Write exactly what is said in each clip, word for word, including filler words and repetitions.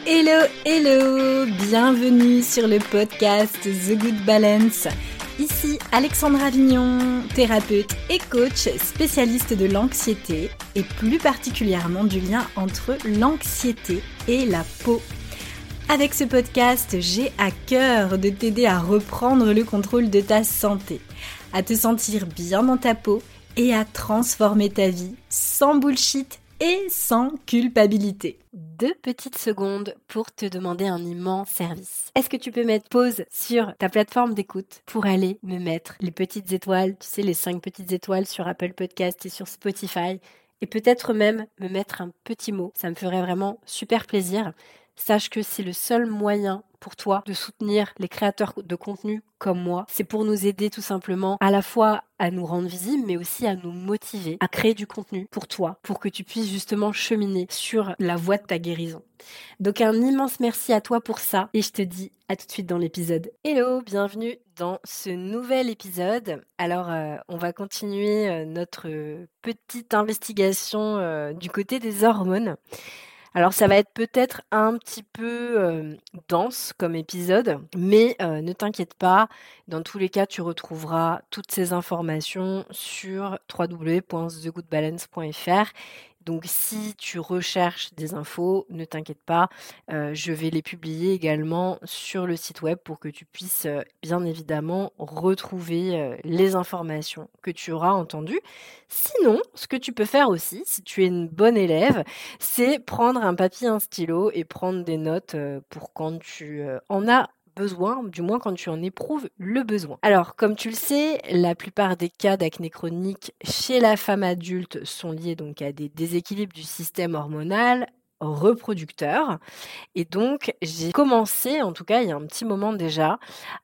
Hello, hello, bienvenue sur le podcast The Good Balance. Ici Alexandra Avignon, thérapeute et coach spécialiste de l'anxiété et plus particulièrement du lien entre l'anxiété et la peau. Avec ce podcast, j'ai à cœur de t'aider à reprendre le contrôle de ta santé, à te sentir bien dans ta peau et à transformer ta vie sans bullshit et sans culpabilité. Deux petites secondes pour te demander un immense service. Est-ce que tu peux mettre pause sur ta plateforme d'écoute pour aller me mettre les petites étoiles, tu sais, les cinq petites étoiles sur Apple Podcast et sur Spotify, et peut-être même me mettre un petit mot. Ça me ferait vraiment super plaisir. Sache que c'est le seul moyen pour toi de soutenir les créateurs de contenu comme moi. C'est pour nous aider tout simplement à la fois à nous rendre visibles, mais aussi à nous motiver à créer du contenu pour toi, pour que tu puisses justement cheminer sur la voie de ta guérison. Donc un immense merci à toi pour ça et je te dis à tout de suite dans l'épisode. Hello, bienvenue dans ce nouvel épisode. Alors euh, on va continuer euh, notre euh, petite investigation euh, du côté des hormones. Alors ça va être peut-être un petit peu euh, dense comme épisode, mais euh, ne t'inquiète pas, dans tous les cas tu retrouveras toutes ces informations sur w w w point the good balance point f r. Donc si tu recherches des infos, ne t'inquiète pas, euh, je vais les publier également sur le site web pour que tu puisses euh, bien évidemment retrouver euh, les informations que tu auras entendues. Sinon, ce que tu peux faire aussi, si tu es une bonne élève, c'est prendre un papier, un stylo et prendre des notes euh, pour quand tu euh, en as besoin, du moins quand tu en éprouves le besoin. Alors, comme tu le sais, la plupart des cas d'acné chronique chez la femme adulte sont liés donc à des déséquilibres du système hormonal reproducteur. Et donc, j'ai commencé, en tout cas il y a un petit moment déjà,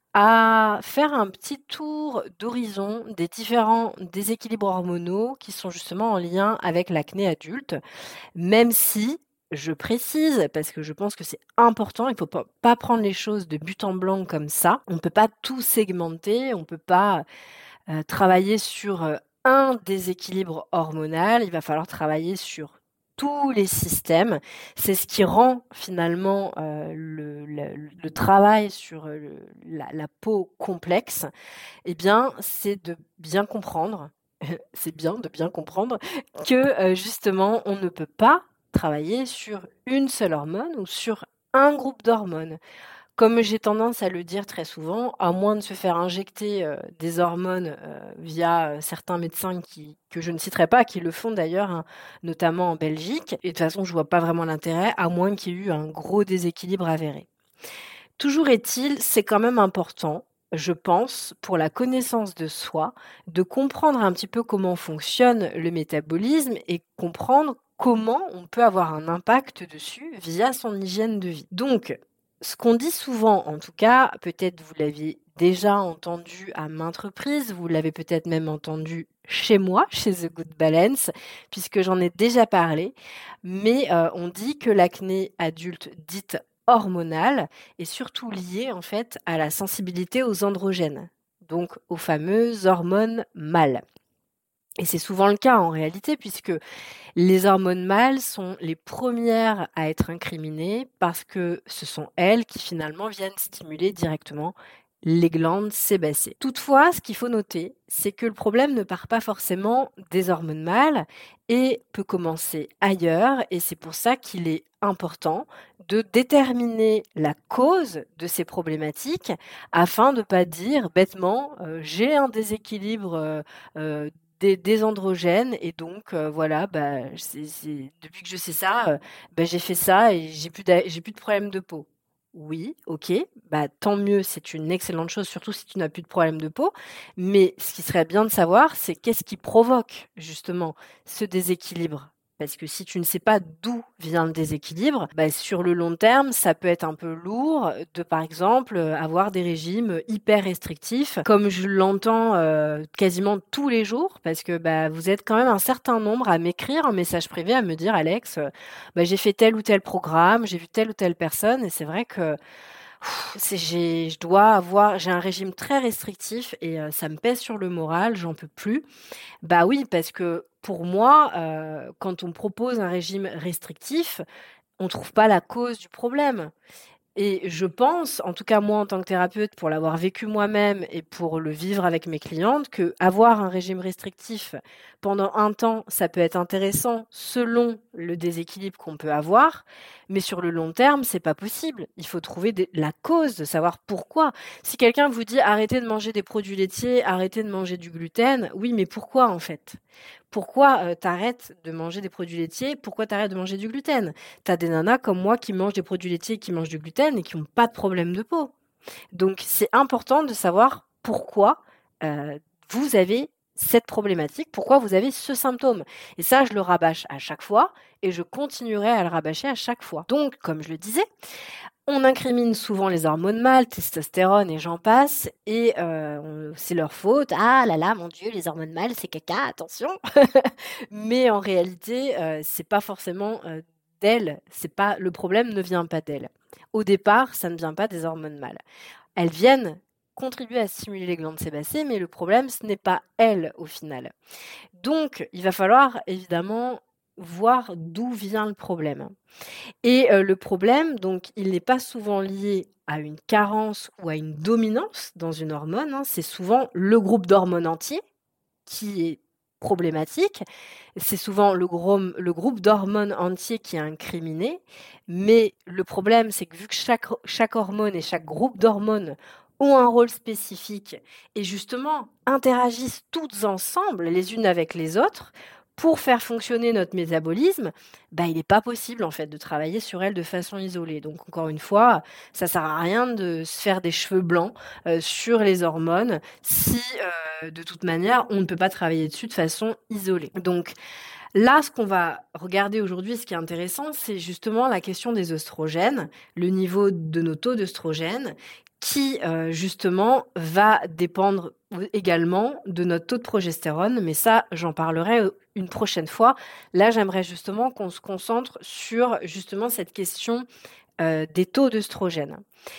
à faire un petit tour d'horizon des différents déséquilibres hormonaux qui sont justement en lien avec l'acné adulte, même si je précise, parce que je pense que c'est important, il ne faut pas, pas prendre les choses de but en blanc comme ça. On ne peut pas tout segmenter, on ne peut pas euh, travailler sur euh, un déséquilibre hormonal, il va falloir travailler sur tous les systèmes. C'est ce qui rend finalement euh, le, le, le travail sur le, la, la peau complexe. Eh bien, c'est de bien comprendre, c'est bien de bien comprendre que euh, justement, on ne peut pas travailler sur une seule hormone ou sur un groupe d'hormones. Comme j'ai tendance à le dire très souvent, à moins de se faire injecter euh, des hormones euh, via euh, certains médecins qui, que je ne citerai pas, qui le font d'ailleurs, hein, notamment en Belgique, et de toute façon je vois pas vraiment l'intérêt, à moins qu'il y ait eu un gros déséquilibre avéré. Toujours est-il, c'est quand même important, je pense, pour la connaissance de soi, de comprendre un petit peu comment fonctionne le métabolisme et comprendre comment on peut avoir un impact dessus via son hygiène de vie. Donc, ce qu'on dit souvent, en tout cas, peut-être vous l'aviez déjà entendu à maintes reprises, vous l'avez peut-être même entendu chez moi, chez The Good Balance, puisque j'en ai déjà parlé, mais euh, on dit que l'acné adulte dite hormonale est surtout liée en fait à la sensibilité aux androgènes, donc aux fameuses hormones mâles. Et c'est souvent le cas en réalité, puisque les hormones mâles sont les premières à être incriminées parce que ce sont elles qui finalement viennent stimuler directement les glandes sébacées. Toutefois, ce qu'il faut noter, c'est que le problème ne part pas forcément des hormones mâles et peut commencer ailleurs, et c'est pour ça qu'il est important de déterminer la cause de ces problématiques afin de ne pas dire bêtement euh, j'ai un déséquilibre euh, euh, des, des androgènes et donc euh, voilà bah c'est, c'est, depuis que je sais ça euh, bah, j'ai fait ça et j'ai plus d'a- j'ai plus de problème de peau. Oui, ok, bah tant mieux, c'est une excellente chose, surtout si tu n'as plus de problème de peau. Mais ce qui serait bien de savoir, c'est qu'est-ce qui provoque justement ce déséquilibre. Parce que si tu ne sais pas d'où vient le déséquilibre, bah, sur le long terme, ça peut être un peu lourd de, par exemple, avoir des régimes hyper restrictifs, comme je l'entends euh, quasiment tous les jours, parce que bah, vous êtes quand même un certain nombre à m'écrire en message privé, à me dire, Alex, euh, bah, j'ai fait tel ou tel programme, j'ai vu telle ou telle personne, et c'est vrai que pff, c'est, j'ai, je dois avoir, j'ai un régime très restrictif et euh, ça me pèse sur le moral, j'en peux plus. Bah oui, parce que pour moi, heu, quand on me propose un régime restrictif, on trouve pas la cause du problème. Et je pense, en tout cas moi en tant que thérapeute, pour l'avoir vécu moi-même et pour le vivre avec mes clientes, que avoir un régime restrictif pendant un temps, ça peut être intéressant selon le déséquilibre qu'on peut avoir, mais sur le long terme, c'est pas possible. Il faut trouver des- la cause, de savoir pourquoi. Si quelqu'un vous dit arrêtez de manger des produits laitiers, arrêtez de manger du gluten, oui, mais pourquoi en fait? Pourquoi euh, t'arrêtes de manger des produits laitiers? Pourquoi t'arrêtes de manger du gluten? T'as des nanas comme moi qui mangent des produits laitiers, qui mangent du gluten et qui n'ont pas de problème de peau. Donc, c'est important de savoir pourquoi euh, vous avez cette problématique, pourquoi vous avez ce symptôme. Et ça, je le rabâche à chaque fois et je continuerai à le rabâcher à chaque fois. Donc, comme je le disais, on incrimine souvent les hormones mâles, testostérone et j'en passe, et euh, on- c'est leur faute. Ah là là, mon Dieu, les hormones mâles, c'est caca, attention. Mais en réalité, euh, c'est pas forcément euh, d'elles. C'est pas le problème ne vient pas d'elles. Au départ, ça ne vient pas des hormones mâles. Elles viennent contribuer à stimuler les glandes sébacées, mais le problème, ce n'est pas elles au final. Donc, il va falloir évidemment voir d'où vient le problème. Et euh, le problème, donc, il n'est pas souvent lié à une carence ou à une dominance dans une hormone, hein. C'est souvent le groupe d'hormones entier qui est problématique. C'est souvent le, gros- le groupe d'hormones entier qui est incriminé. Mais le problème, c'est que vu que chaque, chaque hormone et chaque groupe d'hormones ont un rôle spécifique et justement interagissent toutes ensemble les unes avec les autres pour faire fonctionner notre métabolisme, bah, il n'est pas possible en fait de travailler sur elles de façon isolée. Donc encore une fois, ça sert à rien de se faire des cheveux blancs euh, sur les hormones si euh, de toute manière on ne peut pas travailler dessus de façon isolée. Donc là, ce qu'on va regarder aujourd'hui, ce qui est intéressant, c'est justement la question des œstrogènes, le niveau de nos taux d'œstrogènes, qui euh, justement va dépendre également de notre taux de progestérone, mais ça, j'en parlerai une prochaine fois. Là, j'aimerais justement qu'on se concentre sur justement cette question euh, des taux d'œstrogènes.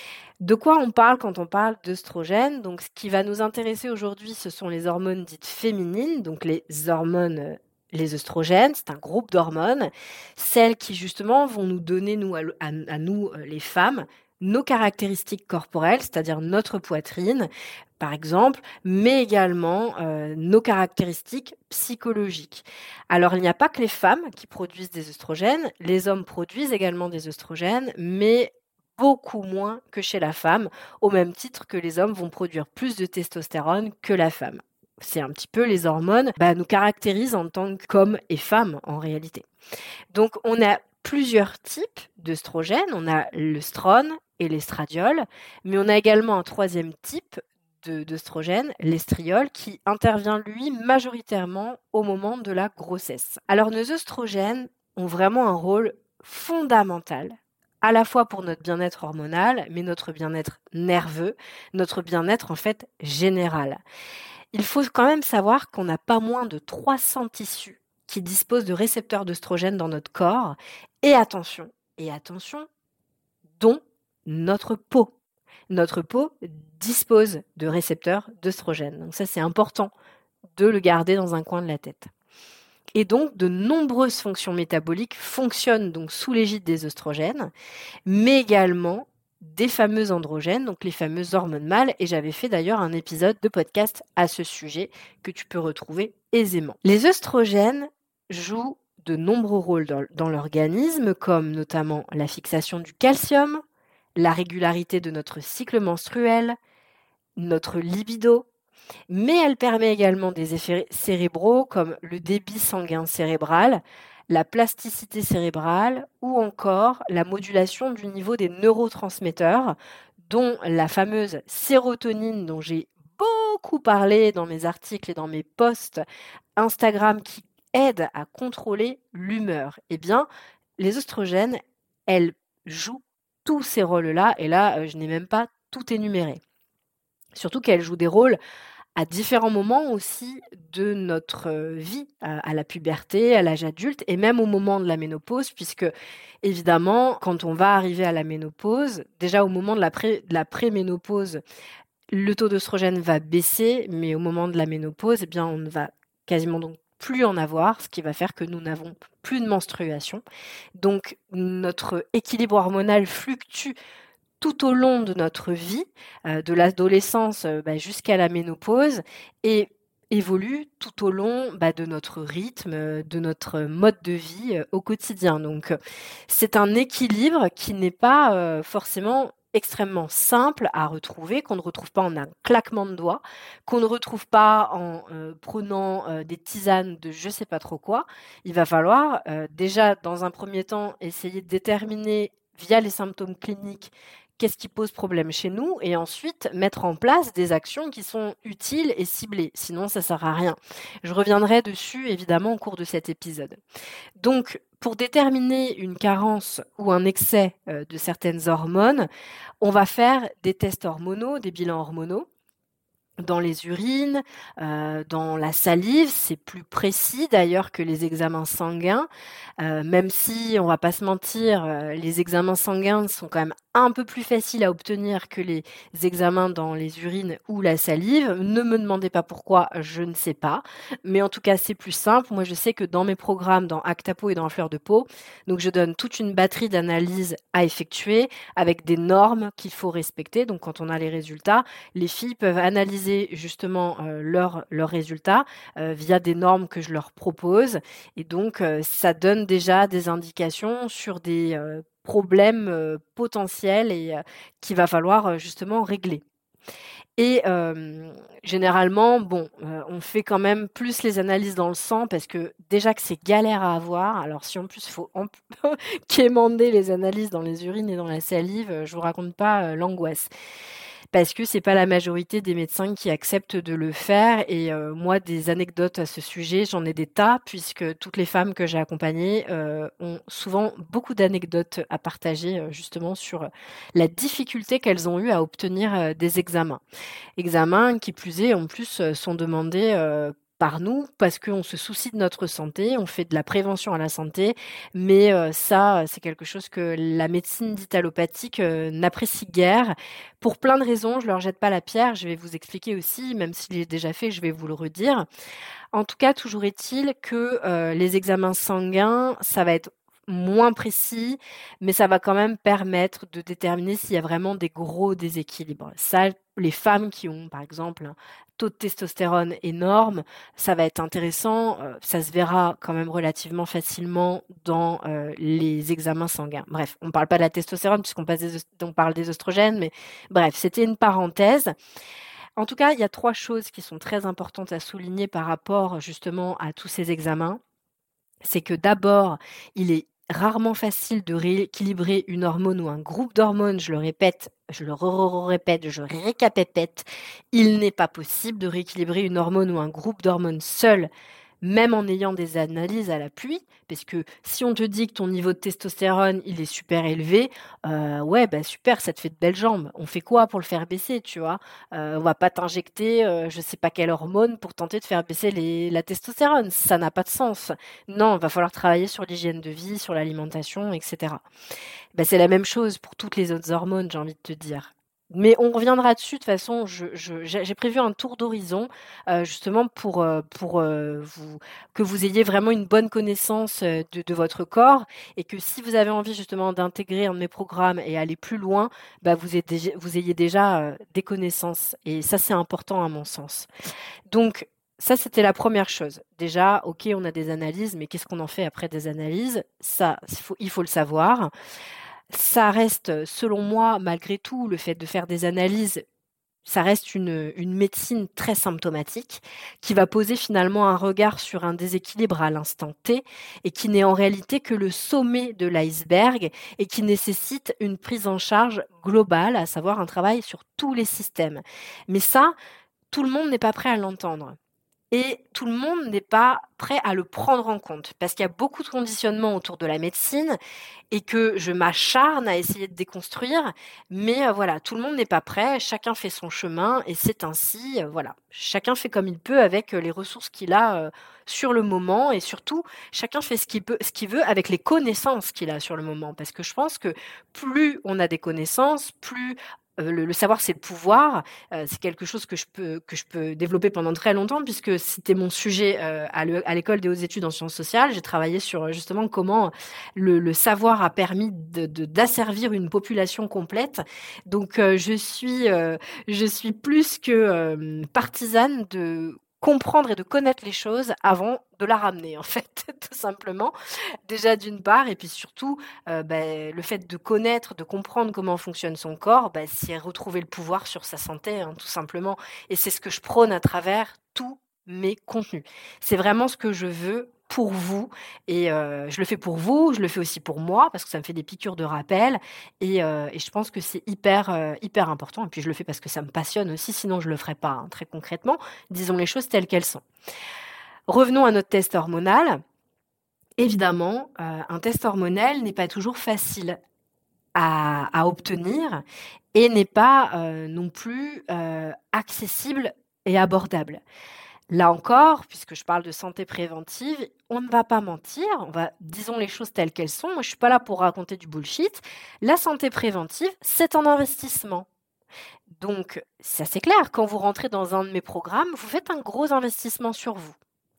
De quoi on parle quand on parle d'œstrogènes? Donc, ce qui va nous intéresser aujourd'hui, ce sont les hormones dites féminines, donc les hormones, euh, les œstrogènes, c'est un groupe d'hormones, celles qui justement vont nous donner, nous, à, à- à nous, euh, les femmes, nos caractéristiques corporelles, c'est-à-dire notre poitrine, par exemple, mais également euh, nos caractéristiques psychologiques. Alors, il n'y a pas que les femmes qui produisent des œstrogènes, les hommes produisent également des œstrogènes, mais beaucoup moins que chez la femme, au même titre que les hommes vont produire plus de testostérone que la femme. C'est un petit peu les hormones bah, nous caractérisent en tant qu'hommes et femmes en réalité. Donc on a plusieurs types d'œstrogènes, on a l'œstrone et l'estradiol, mais on a également un troisième type de- d'œstrogène, l'estriol, qui intervient lui majoritairement au moment de la grossesse. Alors nos œstrogènes ont vraiment un rôle fondamental à la fois pour notre bien-être hormonal, mais notre bien-être nerveux, notre bien-être en fait général. Il faut quand même savoir qu'on n'a pas moins de trois cents tissus qui disposent de récepteurs d'œstrogènes dans notre corps. Et attention, et attention, dont notre peau. Notre peau dispose de récepteurs d'œstrogènes. Donc ça, c'est important de le garder dans un coin de la tête. Et donc, de nombreuses fonctions métaboliques fonctionnent donc sous l'égide des œstrogènes, mais également des fameux androgènes, donc les fameuses hormones mâles, et j'avais fait d'ailleurs un épisode de podcast à ce sujet que tu peux retrouver aisément. Les œstrogènes jouent de nombreux rôles dans, dans l'organisme, comme notamment la fixation du calcium, la régularité de notre cycle menstruel, notre libido, mais elle permet également des effets cérébraux comme le débit sanguin cérébral, la plasticité cérébrale ou encore la modulation du niveau des neurotransmetteurs, dont la fameuse sérotonine dont j'ai beaucoup parlé dans mes articles et dans mes posts Instagram qui aide à contrôler l'humeur. Eh bien, les oestrogènes, elles jouent tous ces rôles-là, et là, euh, je n'ai même pas tout énuméré. Surtout qu'elles jouent des rôles à différents moments aussi de notre vie, à, à la puberté, à l'âge adulte et même au moment de la ménopause, puisque évidemment, quand on va arriver à la ménopause, déjà au moment de la, pré, de la préménopause, le taux d'œstrogène va baisser, mais au moment de la ménopause, eh bien, on ne va quasiment donc plus en avoir, ce qui va faire que nous n'avons plus de menstruation. Donc notre équilibre hormonal fluctue tout au long de notre vie, euh, de l'adolescence euh, bah, jusqu'à la ménopause, et évolue tout au long bah, de notre rythme, euh, de notre mode de vie euh, au quotidien. Donc euh, c'est un équilibre qui n'est pas euh, forcément extrêmement simple à retrouver, qu'on ne retrouve pas en un claquement de doigts, qu'on ne retrouve pas en euh, prenant euh, des tisanes de je sais pas trop quoi. Il va falloir euh, déjà, dans un premier temps, essayer de déterminer via les symptômes cliniques qu'est-ce qui pose problème chez nous et ensuite mettre en place des actions qui sont utiles et ciblées. Sinon, ça ne sert à rien. Je reviendrai dessus, évidemment, au cours de cet épisode. Donc, pour déterminer une carence ou un excès euh, de certaines hormones, on va faire des tests hormonaux, des bilans hormonaux. Dans les urines, euh, dans la salive, c'est plus précis d'ailleurs que les examens sanguins, euh, même si on va pas se mentir, euh, les examens sanguins sont quand même un peu plus faciles à obtenir que les examens dans les urines ou la salive. Ne me demandez pas pourquoi, je ne sais pas, mais en tout cas c'est plus simple. Moi je sais que dans mes programmes, dans Actapeau et dans Fleur de Peau, donc je donne toute une batterie d'analyses à effectuer avec des normes qu'il faut respecter. Donc quand on a les résultats, les filles peuvent analyser justement euh, leurs leurs résultats euh, via des normes que je leur propose et donc euh, ça donne déjà des indications sur des euh, problèmes euh, potentiels et euh, qu'il va falloir euh, justement régler. Et euh, généralement, bon, euh, on fait quand même plus les analyses dans le sang parce que déjà que c'est galère à avoir. Alors si en plus il faut en- quémander les analyses dans les urines et dans la salive, euh, je vous raconte pas euh, l'angoisse. Parce que c'est pas la majorité des médecins qui acceptent de le faire. Et euh, moi, des anecdotes à ce sujet, j'en ai des tas, puisque toutes les femmes que j'ai accompagnées euh, ont souvent beaucoup d'anecdotes à partager, euh, justement sur la difficulté qu'elles ont eue à obtenir euh, des examens. Examens qui plus est, en plus, euh, sont demandés euh, par nous parce qu'on se soucie de notre santé, on fait de la prévention à la santé, mais euh, ça, c'est quelque chose que la médecine dite allopathique euh, n'apprécie guère. Pour plein de raisons, je leur jette pas la pierre, je vais vous expliquer aussi, même s'il est déjà fait, je vais vous le redire. En tout cas, toujours est-il que euh, les examens sanguins, ça va être moins précis, mais ça va quand même permettre de déterminer s'il y a vraiment des gros déséquilibres. Ça, les femmes qui ont, par exemple, un taux de testostérone énorme, ça va être intéressant. euh, ça se verra quand même relativement facilement dans euh, les examens sanguins. Bref, on ne parle pas de la testostérone puisqu'on passe des, on parle des oestrogènes, mais bref, c'était une parenthèse. En tout cas, il y a trois choses qui sont très importantes à souligner par rapport justement à tous ces examens. C'est que d'abord, il est rarement facile de rééquilibrer une hormone ou un groupe d'hormones, je le répète, je le répète, je récapépète, il n'est pas possible de rééquilibrer une hormone ou un groupe d'hormones seul, même en ayant des analyses à l'appui, parce que si on te dit que ton niveau de testostérone, il est super élevé, euh, ouais, bah super, ça te fait de belles jambes. On fait quoi pour le faire baisser, tu vois? Euh, on va pas t'injecter, euh, je sais pas quelle hormone pour tenter de faire baisser les, la testostérone. Ça n'a pas de sens. Non, il va falloir travailler sur l'hygiène de vie, sur l'alimentation, et cetera. Bah, c'est la même chose pour toutes les autres hormones, j'ai envie de te dire. Mais on reviendra dessus. De toute façon, je, je, j'ai j'ai prévu un tour d'horizon euh, justement pour, euh, pour euh, vous, que vous ayez vraiment une bonne connaissance euh, de, de votre corps et que si vous avez envie justement d'intégrer un de mes programmes et aller plus loin, bah, vous, ayez déjà, vous ayez déjà euh, des connaissances. Et ça, c'est important à mon sens. Donc, ça, c'était la première chose. Déjà, ok, on a des analyses, mais qu'est-ce qu'on en fait après des analyses? Ça, il faut, il faut le savoir. Ça reste, selon moi, malgré tout, le fait de faire des analyses, ça reste une, une médecine très symptomatique qui va poser finalement un regard sur un déséquilibre à l'instant T et qui n'est en réalité que le sommet de l'iceberg et qui nécessite une prise en charge globale, à savoir un travail sur tous les systèmes. Mais ça, tout le monde n'est pas prêt à l'entendre. Et tout le monde n'est pas prêt à le prendre en compte parce qu'il y a beaucoup de conditionnements autour de la médecine et que je m'acharne à essayer de déconstruire. Mais euh, voilà, tout le monde n'est pas prêt, chacun fait son chemin et c'est ainsi, euh, voilà, chacun fait comme il peut avec euh, les ressources qu'il a euh, sur le moment et surtout, chacun fait ce qu'il peut, ce qu'il veut avec les connaissances qu'il a sur le moment. Parce que je pense que plus on a des connaissances, plus euh, le, le savoir, c'est le pouvoir. Euh, c'est quelque chose que je peux que je peux développer pendant très longtemps, puisque c'était mon sujet euh, à, le- à l'école des hautes études en sciences sociales. J'ai travaillé sur justement comment le, le savoir a permis de, de- d'asservir une population complète. Donc, euh, je suis euh, je suis plus que euh, partisane de comprendre et de connaître les choses avant de la ramener, en fait, tout simplement. Déjà d'une part, et puis surtout, euh, ben, le fait de connaître, de comprendre comment fonctionne son corps, ben, c'est retrouver le pouvoir sur sa santé, hein, tout simplement. Et c'est ce que je prône à travers tous mes contenus. C'est vraiment ce que je veux pour vous. Et euh, je le fais pour vous, je le fais aussi pour moi, parce que ça me fait des piqûres de rappel. Et, euh, et je pense que c'est hyper, euh, hyper important. Et puis je le fais parce que ça me passionne aussi, sinon je le ferais pas, hein, très concrètement. Disons les choses telles qu'elles sont. Revenons à notre test hormonal. Évidemment, euh, un test hormonal n'est pas toujours facile à, à obtenir et n'est pas euh, non plus euh, accessible et abordable. Là encore, puisque je parle de santé préventive, on ne va pas mentir, on va, disons les choses telles qu'elles sont. Moi, je suis pas là pour raconter du bullshit. La santé préventive, c'est un investissement. Donc, ça c'est clair, quand vous rentrez dans un de mes programmes, vous faites un gros investissement sur vous.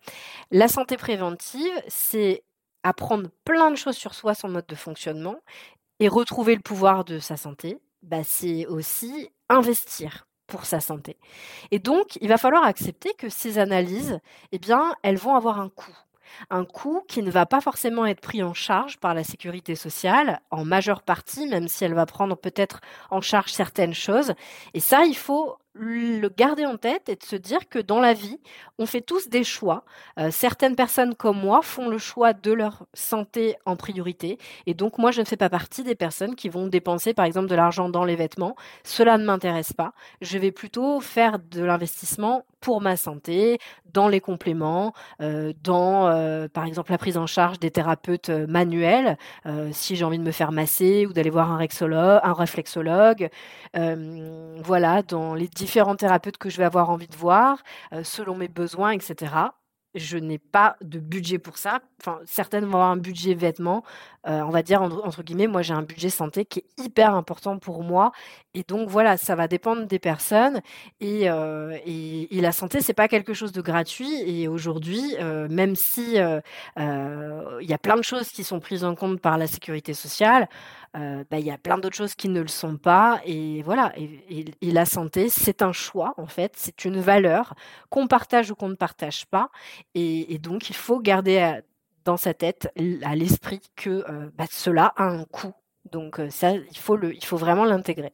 La santé préventive, c'est apprendre plein de choses sur soi, son mode de fonctionnement, et retrouver le pouvoir de sa santé, bah, c'est aussi investir pour sa santé. Et donc, il va falloir accepter que ces analyses, eh bien, elles vont avoir un coût. Un coût qui ne va pas forcément être pris en charge par la sécurité sociale, en majeure partie, même si elle va prendre peut-être en charge certaines choses. Et ça, il faut le garder en tête et de se dire que dans la vie, on fait tous des choix. Euh, certaines personnes comme moi font le choix de leur santé en priorité. Et donc, moi, je ne fais pas partie des personnes qui vont dépenser, par exemple, de l'argent dans les vêtements. Cela ne m'intéresse pas. Je vais plutôt faire de l'investissement pour ma santé, dans les compléments, euh, dans, euh, par exemple, la prise en charge des thérapeutes euh, manuels, euh, si j'ai envie de me faire masser ou d'aller voir un, rexologue, un réflexologue, euh, voilà, dans les différents thérapeutes que je vais avoir envie de voir, euh, selon mes besoins, et cetera. Je n'ai pas de budget pour ça. Enfin, certaines vont avoir un budget vêtements. Euh, on va dire, entre, entre guillemets, moi, j'ai un budget santé qui est hyper important pour moi. Et donc, voilà, ça va dépendre des personnes. Et, euh, et, et la santé, c'est pas quelque chose de gratuit. Et aujourd'hui, euh, même si euh, euh, il y a plein de choses qui sont prises en compte par la sécurité sociale, euh, bah, il y a plein d'autres choses qui ne le sont pas. Et voilà. Et, et, et la santé, c'est un choix, en fait. C'est une valeur qu'on partage ou qu'on ne partage pas. Et, et donc, il faut garder à, dans sa tête, à l'esprit que euh, bah, cela a un coût. Donc, euh, ça, il faut, le, il faut vraiment l'intégrer.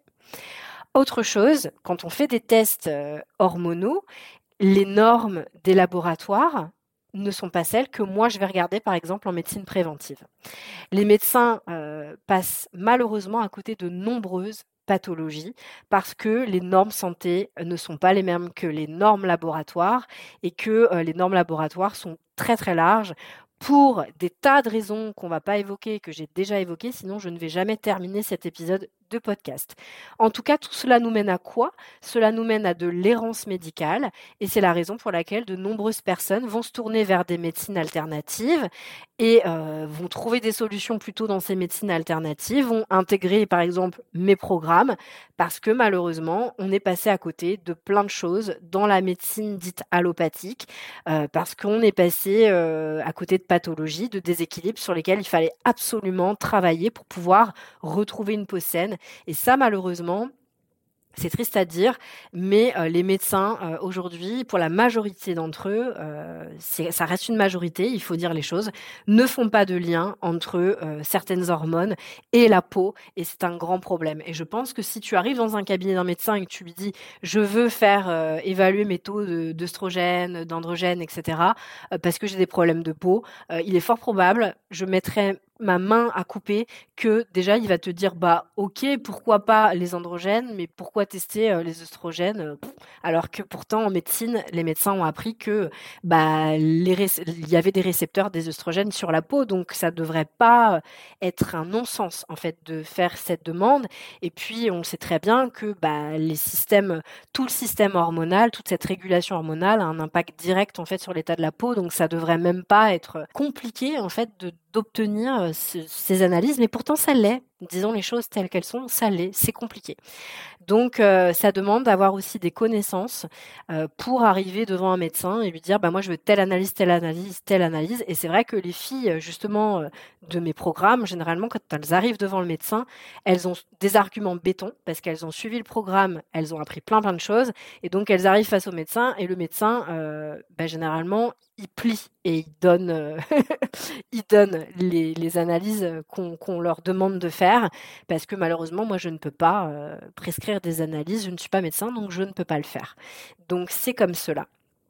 Autre chose, quand on fait des tests euh, hormonaux, les normes des laboratoires ne sont pas celles que moi je vais regarder par exemple en médecine préventive. Les médecins euh, passent malheureusement à côté de nombreuses pathologies parce que les normes santé ne sont pas les mêmes que les normes laboratoires et que euh, les normes laboratoires sont très très larges pour des tas de raisons qu'on ne va pas évoquer, que j'ai déjà évoquées, sinon je ne vais jamais terminer cet épisode de podcast. En tout cas, tout cela nous mène à quoi? Cela nous mène à de l'errance médicale et c'est la raison pour laquelle de nombreuses personnes vont se tourner vers des médecines alternatives et euh, vont trouver des solutions plutôt dans ces médecines alternatives, vont intégrer par exemple mes programmes parce que malheureusement, on est passé à côté de plein de choses dans la médecine dite allopathique euh, parce qu'on est passé euh, à côté de pathologies, de déséquilibres sur lesquels il fallait absolument travailler pour pouvoir retrouver une peau saine. Et ça, malheureusement, c'est triste à dire, mais euh, les médecins euh, aujourd'hui, pour la majorité d'entre eux, euh, c'est, ça reste une majorité, il faut dire les choses, ne font pas de lien entre euh, certaines hormones et la peau, et c'est un grand problème. Et je pense que si tu arrives dans un cabinet d'un médecin et que tu lui dis « je veux faire euh, évaluer mes taux de, d'œstrogène, d'androgène, et cetera euh, parce que j'ai des problèmes de peau euh, », il est fort probable, je mettrai ma main à couper, que déjà il va te dire bah ok, pourquoi pas les androgènes, mais pourquoi tester euh, les œstrogènes euh, alors que pourtant en médecine les médecins ont appris que bah les ré- il y avait des récepteurs des œstrogènes sur la peau, donc ça devrait pas être un non-sens en fait de faire cette demande. Et puis on sait très bien que bah les systèmes, tout le système hormonal, toute cette régulation hormonale a un impact direct en fait sur l'état de la peau, donc ça devrait même pas être compliqué en fait de d'obtenir ce, ces analyses, mais pourtant ça l'est. Disons les choses telles qu'elles sont, ça l'est, c'est compliqué. Donc, euh, ça demande d'avoir aussi des connaissances euh, pour arriver devant un médecin et lui dire, bah, moi, je veux telle analyse, telle analyse, telle analyse. Et c'est vrai que les filles, justement, euh, de mes programmes, généralement, quand elles arrivent devant le médecin, elles ont des arguments béton parce qu'elles ont suivi le programme, elles ont appris plein, plein de choses. Et donc, elles arrivent face au médecin et le médecin, euh, bah, généralement, il plie et il donne, euh, il donne les, les analyses qu'on qu'on leur demande de faire parce que malheureusement, moi, je ne peux pas euh, prescrire des analyses, je ne suis pas médecin, donc je ne peux pas le faire. Donc c'est comme cela,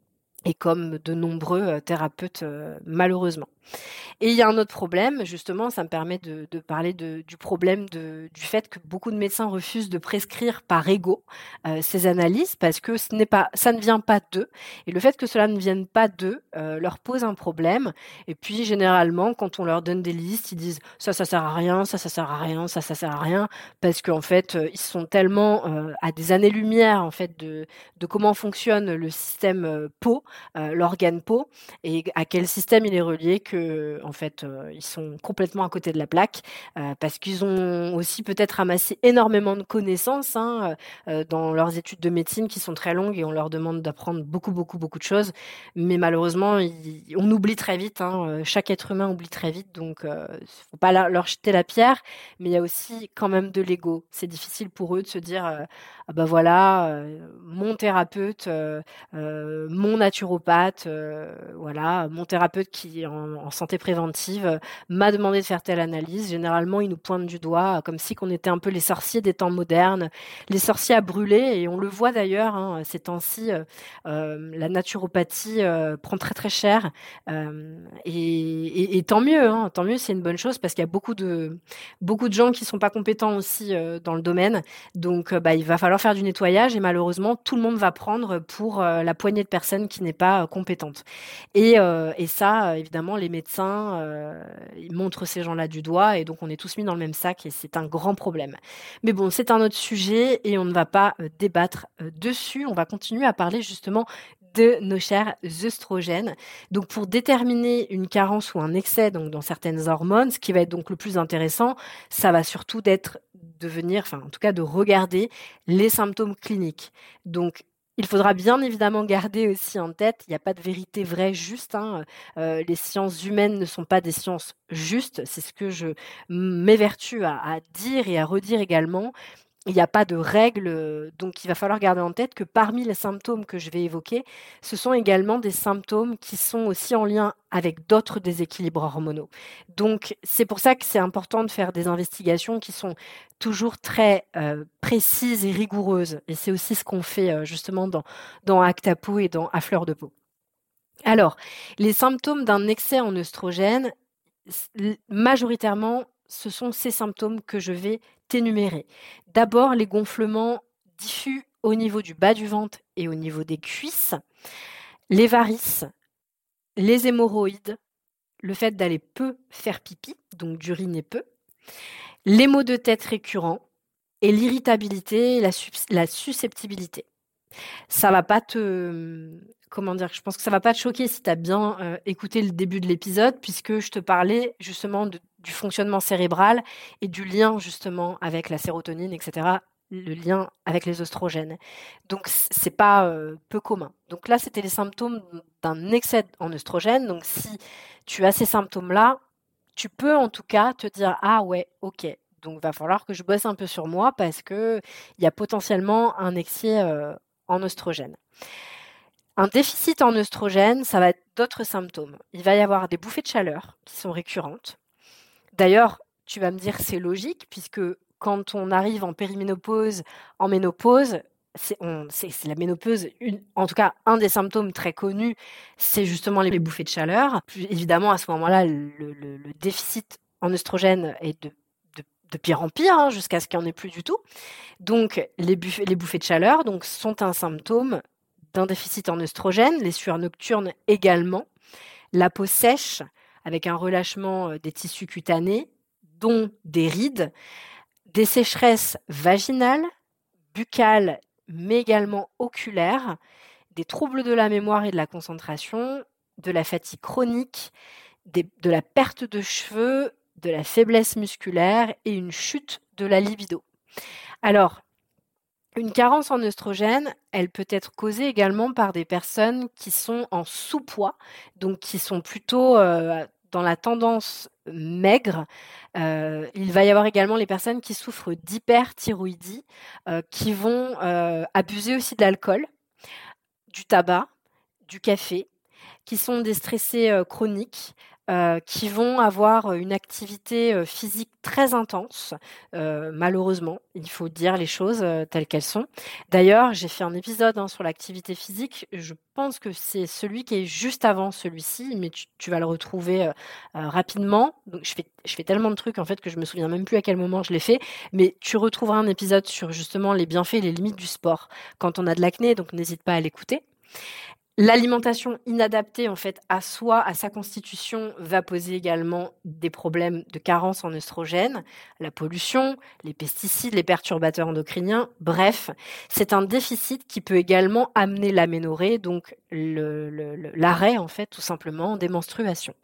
et comme de nombreux euh, thérapeutes, euh, malheureusement. Et il y a un autre problème, justement, ça me permet de, de parler de, du problème de, du fait que beaucoup de médecins refusent de prescrire par ego euh, ces analyses parce que ce n'est pas, ça ne vient pas d'eux. Et le fait que cela ne vienne pas d'eux euh, leur pose un problème. Et puis, généralement, quand on leur donne des listes, ils disent ça, ça sert à rien, ça, ça sert à rien, ça, ça sert à rien, parce qu'en fait, euh, ils sont tellement euh, à des années-lumière en fait de, de comment fonctionne le système euh, peau, euh, l'organe peau, et à quel système il est relié que en fait euh, ils sont complètement à côté de la plaque euh, parce qu'ils ont aussi peut-être ramassé énormément de connaissances hein, euh, dans leurs études de médecine qui sont très longues et on leur demande d'apprendre beaucoup beaucoup beaucoup de choses, mais malheureusement il- on oublie très vite hein, euh, chaque être humain oublie très vite, donc euh, faut pas la- leur jeter la pierre, mais il y a aussi quand même de l'ego. C'est difficile pour eux de se dire euh, ah bah voilà euh, mon thérapeute euh, euh, mon naturopathe, euh, voilà, mon thérapeute qui est en, en santé préventive euh, m'a demandé de faire telle analyse. Généralement, il nous pointe du doigt, euh, comme si qu'on était un peu les sorciers des temps modernes, les sorciers à brûler. Et on le voit d'ailleurs, hein, ces temps-ci, euh, euh, la naturopathie euh, prend très très cher. Euh, et, et- et tant mieux, hein, tant mieux, c'est une bonne chose parce qu'il y a beaucoup de beaucoup de gens qui sont pas compétents aussi euh, dans le domaine. Donc, euh, bah, il va falloir faire du nettoyage et malheureusement, tout le monde va prendre pour euh, la poignée de personnes qui n'est pas euh, compétente. Et, euh, et ça, euh, évidemment, les médecins, euh, ils montrent ces gens-là du doigt et donc on est tous mis dans le même sac et c'est un grand problème. Mais bon, c'est un autre sujet et on ne va pas euh, débattre euh, dessus. On va continuer à parler justement de nos chers œstrogènes. Donc, pour déterminer une carence ou un excès donc, dans certaines hormones, ce qui va être donc le plus intéressant, ça va surtout d'être de venir, enfin en tout cas de regarder les symptômes cliniques. Donc il faudra bien évidemment garder aussi en tête, il n'y a pas de vérité vraie juste. Hein. Euh, les sciences humaines ne sont pas des sciences justes, c'est ce que je m'évertue à, à dire et à redire également. Il n'y a pas de règles, euh, donc il va falloir garder en tête que parmi les symptômes que je vais évoquer, ce sont également des symptômes qui sont aussi en lien avec d'autres déséquilibres hormonaux. Donc c'est pour ça que c'est important de faire des investigations qui sont toujours très euh, précises et rigoureuses. Et c'est aussi ce qu'on fait euh, justement dans, dans Acte à peau et dans À fleur de peau. Alors, les symptômes d'un excès en œstrogène, majoritairement, ce sont ces symptômes que je vais t'énumérer. D'abord, les gonflements diffus au niveau du bas du ventre et au niveau des cuisses, les varices, les hémorroïdes, le fait d'aller peu faire pipi, donc d'uriner peu, les maux de tête récurrents et l'irritabilité et la, la susceptibilité. Ça va pas te... Comment dire? Je pense que ça va pas te choquer si tu as bien euh, écouté le début de l'épisode, puisque je te parlais justement de, du fonctionnement cérébral et du lien justement avec la sérotonine, et cetera, le lien avec les oestrogènes. Donc, c'est pas euh, peu commun. Donc là, c'était les symptômes d'un excès en oestrogène. Donc, si tu as ces symptômes-là, tu peux en tout cas te dire « Ah ouais, ok, donc il va falloir que je bosse un peu sur moi parce qu'il y a potentiellement un excès euh, en oestrogène. » Un déficit en oestrogène, ça va être d'autres symptômes. Il va y avoir des bouffées de chaleur qui sont récurrentes. D'ailleurs, tu vas me dire c'est logique puisque quand on arrive en périménopause, en ménopause, c'est, on, c'est, c'est la ménopause, une, en tout cas un des symptômes très connus, c'est justement les bouffées de chaleur. Puis, évidemment, à ce moment-là, le, le, le déficit en oestrogène est de, de, de pire en pire, hein, jusqu'à ce qu'il n'y en ait plus du tout. Donc, les, buff- les bouffées de chaleur donc, sont un symptôme d'un déficit en oestrogène, les sueurs nocturnes également, la peau sèche avec un relâchement des tissus cutanés, dont des rides, des sécheresses vaginales, buccales, mais également oculaires, des troubles de la mémoire et de la concentration, de la fatigue chronique, des, de la perte de cheveux, de la faiblesse musculaire et une chute de la libido. Alors, une carence en œstrogène, elle peut être causée également par des personnes qui sont en sous-poids, donc qui sont plutôt euh, dans la tendance maigre. Euh, il va y avoir également les personnes qui souffrent d'hyperthyroïdie, euh, qui vont euh, abuser aussi de l'alcool, du tabac, du café, qui sont des stressés euh, chroniques, euh, qui vont avoir une activité euh, physique très intense. Euh, malheureusement, il faut dire les choses euh, telles qu'elles sont. D'ailleurs, j'ai fait un épisode hein, sur l'activité physique. Je pense que c'est celui qui est juste avant celui-ci, mais tu, tu vas le retrouver euh, euh, rapidement. Donc, je fais, je fais tellement de trucs en fait que je me souviens même plus à quel moment je l'ai fait. Mais tu retrouveras un épisode sur justement les bienfaits et les limites du sport quand on a de l'acné. Donc, n'hésite pas à l'écouter. L'alimentation inadaptée en fait à soi, à sa constitution, va poser également des problèmes de carence en œstrogène, la pollution, les pesticides, les perturbateurs endocriniens, bref, c'est un déficit qui peut également amener l'aménorrhée, donc le, le, le, l'arrêt en fait tout simplement des menstruations.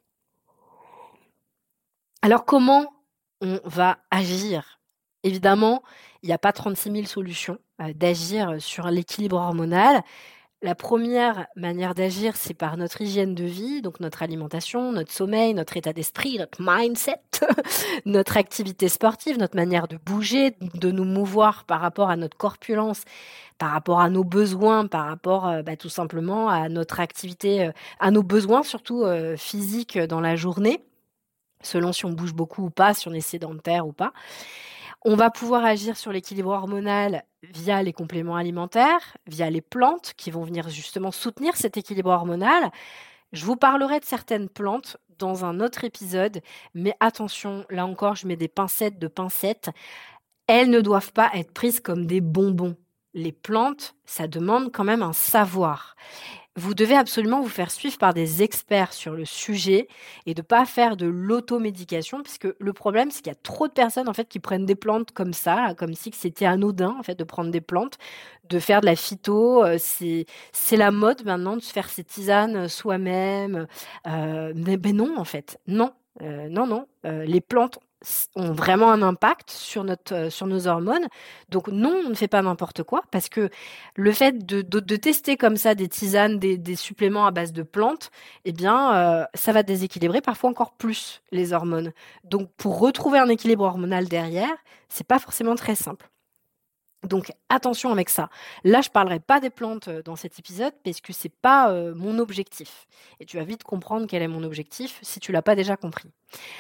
Alors comment on va agir ? Évidemment, il n'y a pas trente-six mille solutions euh, d'agir sur l'équilibre hormonal. La première manière d'agir, c'est par notre hygiène de vie, donc notre alimentation, notre sommeil, notre état d'esprit, notre mindset, notre activité sportive, notre manière de bouger, de nous mouvoir par rapport à notre corpulence, par rapport à nos besoins, par rapport euh, bah, tout simplement à notre activité, euh, à nos besoins surtout euh, physiques dans la journée, selon si on bouge beaucoup ou pas, si on est sédentaire ou pas. On va pouvoir agir sur l'équilibre hormonal via les compléments alimentaires, via les plantes qui vont venir justement soutenir cet équilibre hormonal. Je vous parlerai de certaines plantes dans un autre épisode, mais attention, là encore, je mets des pincettes de pincettes. Elles ne doivent pas être prises comme des bonbons. Les plantes, ça demande quand même un savoir. Vous devez absolument vous faire suivre par des experts sur le sujet et de ne pas faire de l'automédication, puisque le problème, c'est qu'il y a trop de personnes en fait qui prennent des plantes comme ça, comme si c'était anodin en fait de prendre des plantes, de faire de la phyto. euh, C'est, c'est la mode maintenant de se faire ses tisanes soi-même. Euh, mais, mais non, en fait, non. Euh, non, non. Euh, les plantes s- ont vraiment un impact sur notre, euh, sur nos hormones. Donc non, on ne fait pas n'importe quoi, parce que le fait de, de, de tester comme ça des tisanes, des, des suppléments à base de plantes, eh bien, euh, ça va déséquilibrer parfois encore plus les hormones. Donc, pour retrouver un équilibre hormonal derrière, c'est pas forcément très simple. Donc, attention avec ça. Là, je parlerai pas des plantes euh, dans cet épisode parce que c'est pas euh, mon objectif. Et tu vas vite comprendre quel est mon objectif si tu l'as pas déjà compris.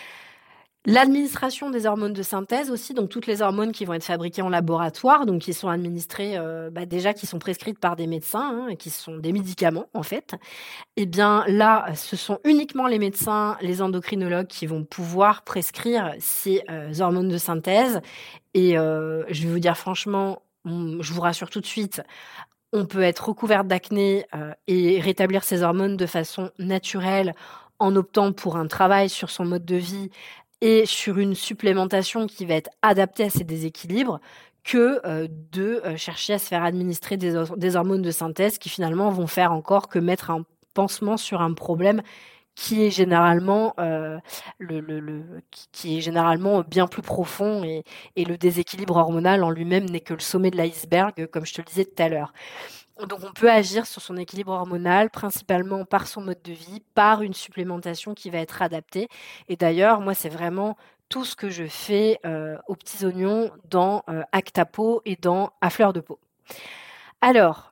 L'administration des hormones de synthèse aussi, donc toutes les hormones qui vont être fabriquées en laboratoire, donc qui sont administrées euh, bah déjà qui sont prescrites par des médecins, hein, et qui sont des médicaments en fait. Eh bien là, ce sont uniquement les médecins, les endocrinologues qui vont pouvoir prescrire ces euh, hormones de synthèse. Et euh, je vais vous dire franchement, on- je vous rassure tout de suite, on peut être recouverte d'acné euh, et rétablir ses hormones de façon naturelle en optant pour un travail sur son mode de vie et sur une supplémentation qui va être adaptée à ces déséquilibres que euh, de euh, chercher à se faire administrer des, hor- des hormones de synthèse qui finalement vont faire encore que mettre un pansement sur un problème qui est généralement euh, le, le, le- qui, qui est généralement bien plus profond et, et le déséquilibre hormonal en lui-même n'est que le sommet de l'iceberg, comme je te le disais tout à l'heure. Donc on peut agir sur son équilibre hormonal principalement par son mode de vie, par une supplémentation qui va être adaptée. Et d'ailleurs, moi, c'est vraiment tout ce que je fais euh, aux petits oignons dans euh, Actapeau et dans À fleur de peau. Alors,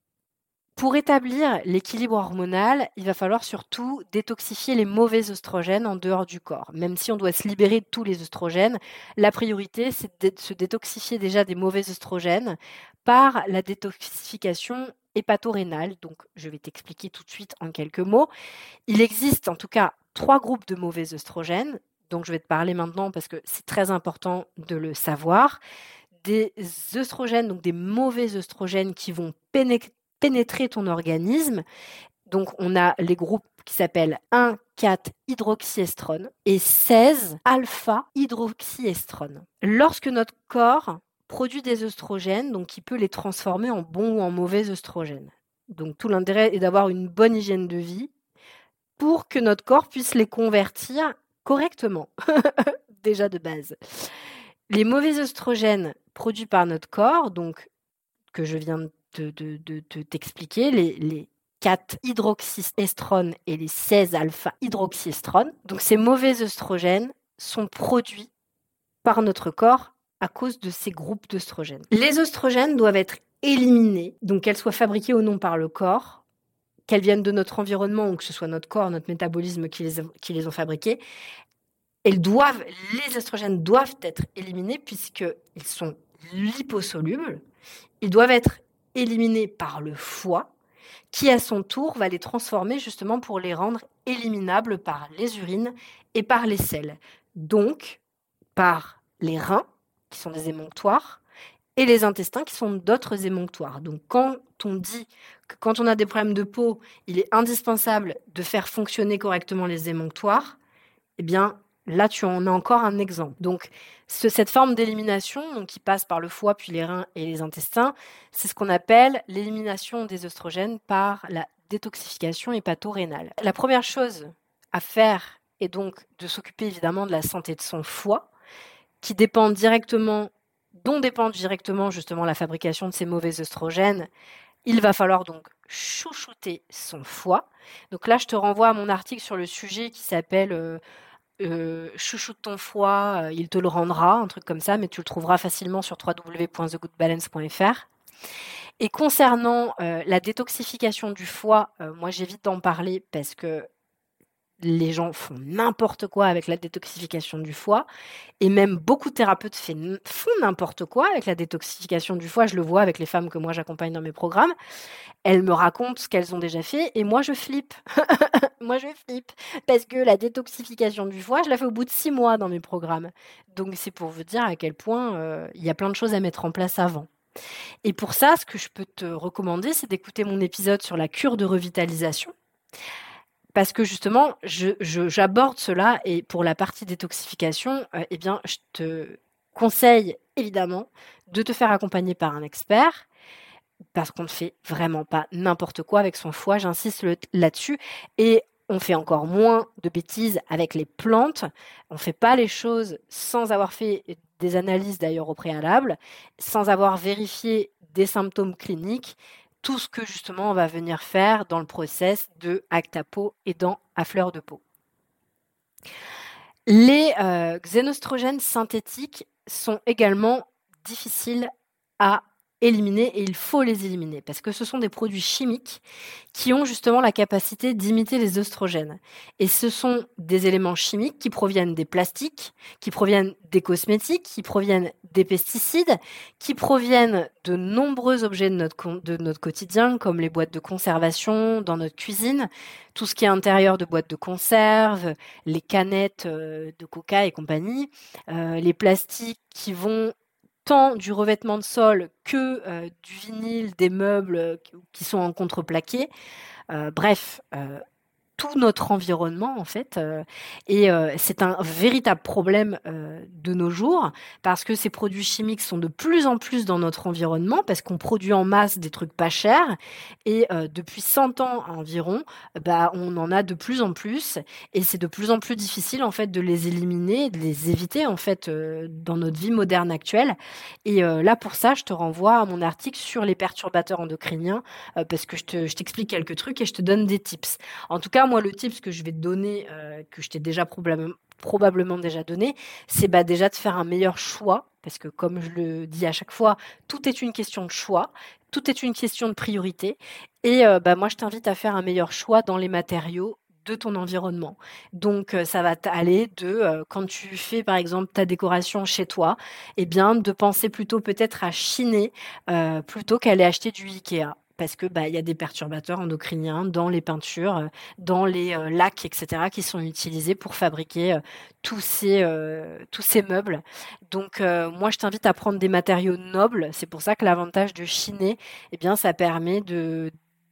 pour établir l'équilibre hormonal, il va falloir surtout détoxifier les mauvais œstrogènes en dehors du corps. Même si on doit se libérer de tous les œstrogènes, la priorité, c'est de se détoxifier déjà des mauvais œstrogènes par la détoxification hépatorénale. Donc, je vais t'expliquer tout de suite en quelques mots. Il existe en tout cas trois groupes de mauvais œstrogènes. Donc, je vais te parler maintenant parce que c'est très important de le savoir. Des œstrogènes, donc des mauvais œstrogènes qui vont pénétrer pénétrer ton organisme. Donc, on a les groupes qui s'appellent un quatre hydroxyestrone et seize alpha hydroxyestrone. Lorsque notre corps produit des œstrogènes, donc il peut les transformer en bons ou en mauvais œstrogènes. Donc, tout l'intérêt est d'avoir une bonne hygiène de vie pour que notre corps puisse les convertir correctement, déjà de base. Les mauvais œstrogènes produits par notre corps, donc que je viens de, de, de, de t'expliquer, les, les quatre hydroxyestrones et les seize alpha-hydroxyestrones, donc ces mauvais œstrogènes sont produits par notre corps à cause de ces groupes d'œstrogènes. Les œstrogènes doivent être éliminés, donc qu'elles soient fabriquées ou non par le corps, qu'elles viennent de notre environnement ou que ce soit notre corps, notre métabolisme qui les, qui les ont fabriquées. Elles doivent, les œstrogènes doivent être éliminés puisqu'ils sont liposolubles. Ils doivent être éliminés par le foie, qui à son tour va les transformer justement pour les rendre éliminables par les urines et par les selles. Donc, par les reins, qui sont des émonctoires, et les intestins, qui sont d'autres émonctoires. Donc, quand on dit que quand on a des problèmes de peau, il est indispensable de faire fonctionner correctement les émonctoires, eh bien, là, tu en as encore un exemple. Donc, ce, cette forme d'élimination, donc, qui passe par le foie, puis les reins et les intestins, c'est ce qu'on appelle l'élimination des œstrogènes par la détoxification hépato-rénale. La première chose à faire est donc de s'occuper évidemment de la santé de son foie, qui dépend directement, dont dépend directement justement la fabrication de ces mauvais œstrogènes. Il va falloir donc chouchouter son foie. Donc là, je te renvoie à mon article sur le sujet qui s'appelle euh, euh, Chouchoute ton foie, euh, il te le rendra, un truc comme ça, mais tu le trouveras facilement sur w w w point the good balance point f r. Et concernant euh, la détoxification du foie, euh, moi j'évite d'en parler parce que les gens font n'importe quoi avec la détoxification du foie, et même beaucoup de thérapeutes fait, font n'importe quoi avec la détoxification du foie. Je le vois avec les femmes que moi j'accompagne dans mes programmes. Elles me racontent ce qu'elles ont déjà fait, et moi je flippe. Moi je flippe, parce que la détoxification du foie, je la fais au bout de six mois dans mes programmes. Donc c'est pour vous dire à quel point euh, il y a plein de choses à mettre en place avant. Et pour ça, ce que je peux te recommander, c'est d'écouter mon épisode sur la cure de revitalisation. Parce que justement, je, je, j'aborde cela, et pour la partie détoxification, euh, eh bien, je te conseille évidemment de te faire accompagner par un expert, parce qu'on ne fait vraiment pas n'importe quoi avec son foie, j'insiste le, là-dessus, et on fait encore moins de bêtises avec les plantes. On ne fait pas les choses sans avoir fait des analyses d'ailleurs au préalable, sans avoir vérifié des symptômes cliniques, tout ce que justement on va venir faire dans le process de Acte à peau et dans À fleur de peau. Les euh, xénostrogènes synthétiques sont également difficiles à éliminer, et il faut les éliminer parce que ce sont des produits chimiques qui ont justement la capacité d'imiter les œstrogènes. Et ce sont des éléments chimiques qui proviennent des plastiques, qui proviennent des cosmétiques, qui proviennent des pesticides, qui proviennent de nombreux objets de notre, de notre quotidien, comme les boîtes de conservation dans notre cuisine, tout ce qui est intérieur de boîtes de conserve, les canettes de coca et compagnie, euh, les plastiques qui vont tant du revêtement de sol que euh, du vinyle, des meubles qui sont en contreplaqué. Euh, bref, euh, tout notre environnement en fait, euh, et euh, c'est un véritable problème euh, de nos jours, parce que ces produits chimiques sont de plus en plus dans notre environnement, parce qu'on produit en masse des trucs pas chers, et euh, depuis cent ans environ, bah, on en a de plus en plus, et c'est de plus en plus difficile en fait de les éliminer, de les éviter en fait euh, dans notre vie moderne actuelle. Et euh, là pour ça, je te renvoie à mon article sur les perturbateurs endocriniens, euh, parce que je, te, je t'explique quelques trucs et je te donne des tips. En tout cas, moi, le tips que je vais te donner, euh, que je t'ai déjà probablement, probablement déjà donné, c'est bah, déjà de faire un meilleur choix, parce que comme je le dis à chaque fois, tout est une question de choix, tout est une question de priorité, et euh, bah, moi, je t'invite à faire un meilleur choix dans les matériaux de ton environnement. Donc, euh, ça va aller de, euh, quand tu fais, par exemple, ta décoration chez toi, eh bien, de penser plutôt peut-être à chiner, euh, plutôt qu'à aller acheter du Ikea. Parce que bah, y a des perturbateurs endocriniens dans les peintures, dans les euh, lacs, et cetera, qui sont utilisés pour fabriquer euh, tous ces euh, tous ces meubles. Donc euh, moi, je t'invite à prendre des matériaux nobles. C'est pour ça que l'avantage de chiner, eh bien, ça permet de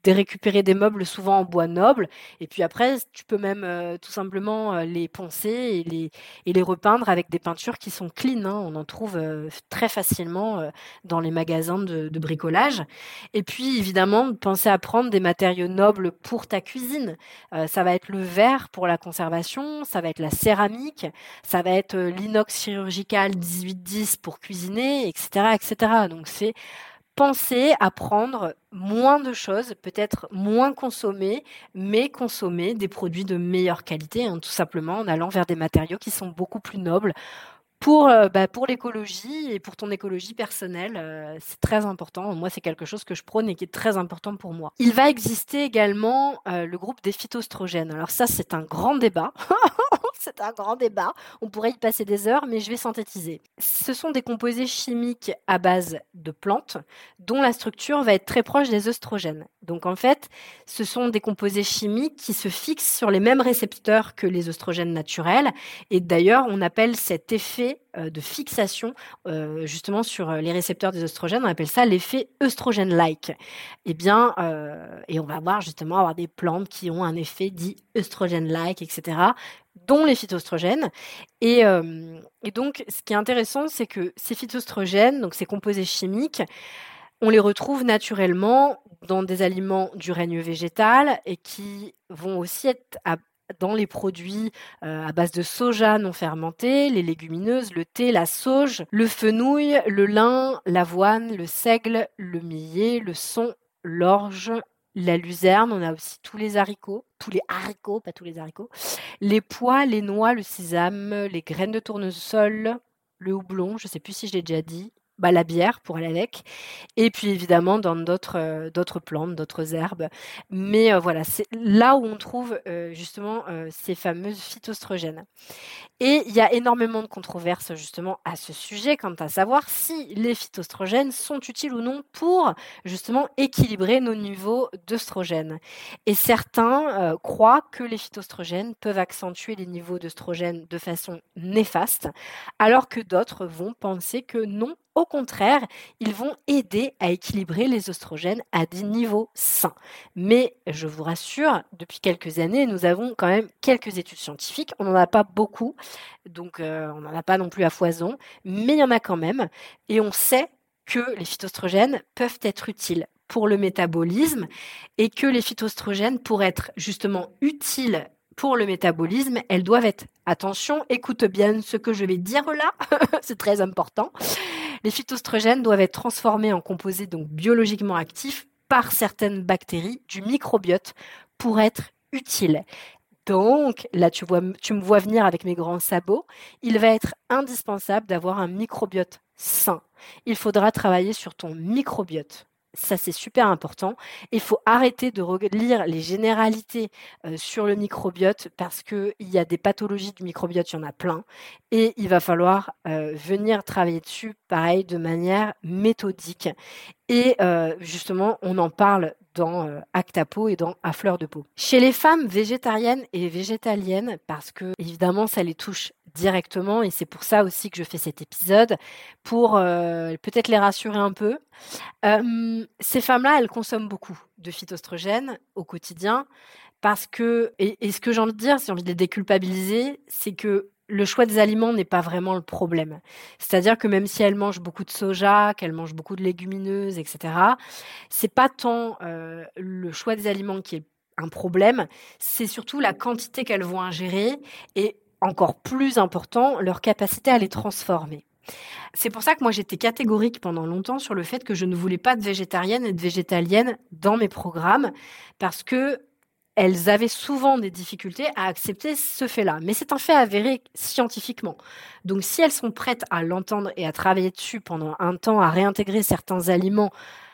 de récupérer des meubles souvent en bois noble. Et puis après, tu peux même euh, tout simplement euh, les poncer et les, et les repeindre avec des peintures qui sont clean, hein. On en trouve euh, très facilement euh, dans les magasins de, de bricolage. Et puis évidemment, penser à prendre des matériaux nobles pour ta cuisine. Euh, ça va être le verre pour la conservation, ça va être la céramique, ça va être euh, l'inox chirurgical dix-huit dix pour cuisiner, et cetera, et cetera. Donc c'est penser à prendre moins de choses, peut-être moins consommer, mais consommer des produits de meilleure qualité, hein, tout simplement en allant vers des matériaux qui sont beaucoup plus nobles pour, euh, bah, pour l'écologie et pour ton écologie personnelle. Euh, c'est très important. Moi, c'est quelque chose que je prône et qui est très important pour moi. Il va exister également euh, le groupe des phytoestrogènes. Alors ça, c'est un grand débat. C'est un grand débat. On pourrait y passer des heures, mais je vais synthétiser. Ce sont des composés chimiques à base de plantes dont la structure va être très proche des œstrogènes. Donc en fait, ce sont des composés chimiques qui se fixent sur les mêmes récepteurs que les œstrogènes naturels. Et d'ailleurs, on appelle cet effet euh, de fixation euh, justement sur les récepteurs des œstrogènes, on appelle ça l'effet œstrogène-like. Et bien, euh, et on va voir justement avoir des plantes qui ont un effet dit œstrogène-like, et cetera, dont les phytoestrogènes. Et, euh, et donc, ce qui est intéressant, c'est que ces phytoestrogènes, donc ces composés chimiques, on les retrouve naturellement dans des aliments du règne végétal et qui vont aussi être à, dans les produits euh, à base de soja non fermenté, les légumineuses, le thé, la sauge, le fenouil, le lin, l'avoine, le seigle, le millet, le son, l'orge, la luzerne. On a aussi tous les haricots, tous les haricots, pas tous les haricots, les pois, les noix, le sésame, les graines de tournesol, le houblon, je ne sais plus si je l'ai déjà dit, bah, la bière pour aller avec, et puis évidemment dans d'autres euh, d'autres plantes, d'autres herbes. Mais euh, voilà, c'est là où on trouve euh, justement euh, ces fameuses phytoestrogènes. Et il y a énormément de controverses justement à ce sujet quant à savoir si les phytoestrogènes sont utiles ou non pour justement équilibrer nos niveaux d'œstrogènes. Et certains euh, croient que les phytoestrogènes peuvent accentuer les niveaux d'œstrogènes de façon néfaste, alors que d'autres vont penser que non, au contraire, ils vont aider à équilibrer les œstrogènes à des niveaux sains. Mais je vous rassure, depuis quelques années, nous avons quand même quelques études scientifiques. On n'en a pas beaucoup, donc euh, on n'en a pas non plus à foison, mais il y en a quand même. Et on sait que les phytoestrogènes peuvent être utiles pour le métabolisme et que les phytoestrogènes, pour être justement utiles pour le métabolisme, elles doivent être, attention, écoute bien ce que je vais dire là, c'est très important. Les phytoestrogènes doivent être transformés en composés donc biologiquement actifs par certaines bactéries du microbiote pour être utiles. Donc, là, tu, vois, tu me vois venir avec mes grands sabots. Il va être indispensable d'avoir un microbiote sain. Il faudra travailler sur ton microbiote. Ça, c'est super important. Il faut arrêter de lire les généralités euh, sur le microbiote parce qu'il y a des pathologies du microbiote, il y en a plein. Et il va falloir euh, venir travailler dessus, pareil, de manière méthodique. Et euh, justement, on en parle dans euh, Acte à peau et dans À fleur de peau. Chez les femmes végétariennes et végétaliennes, parce que évidemment, ça les touche directement, et c'est pour ça aussi que je fais cet épisode, pour euh, peut-être les rassurer un peu. Euh, ces femmes-là, elles consomment beaucoup de phytoestrogènes au quotidien, parce que, et, et ce que j'ai envie de dire, si j'ai envie de les déculpabiliser, c'est que le choix des aliments n'est pas vraiment le problème. C'est-à-dire que même si elles mangent beaucoup de soja, qu'elles mangent beaucoup de légumineuses, et cetera, c'est pas tant euh, le choix des aliments qui est un problème, c'est surtout la quantité qu'elles vont ingérer et, encore plus important, leur capacité à les transformer. C'est pour ça que moi j'étais catégorique pendant longtemps sur le fait que je ne voulais pas de végétariennes et de végétaliennes dans mes programmes parce que elles avaient souvent des difficultés à accepter ce fait-là. Mais c'est un fait avéré scientifiquement. Donc si elles sont prêtes à l'entendre et à travailler dessus pendant un temps, à réintégrer certains aliments,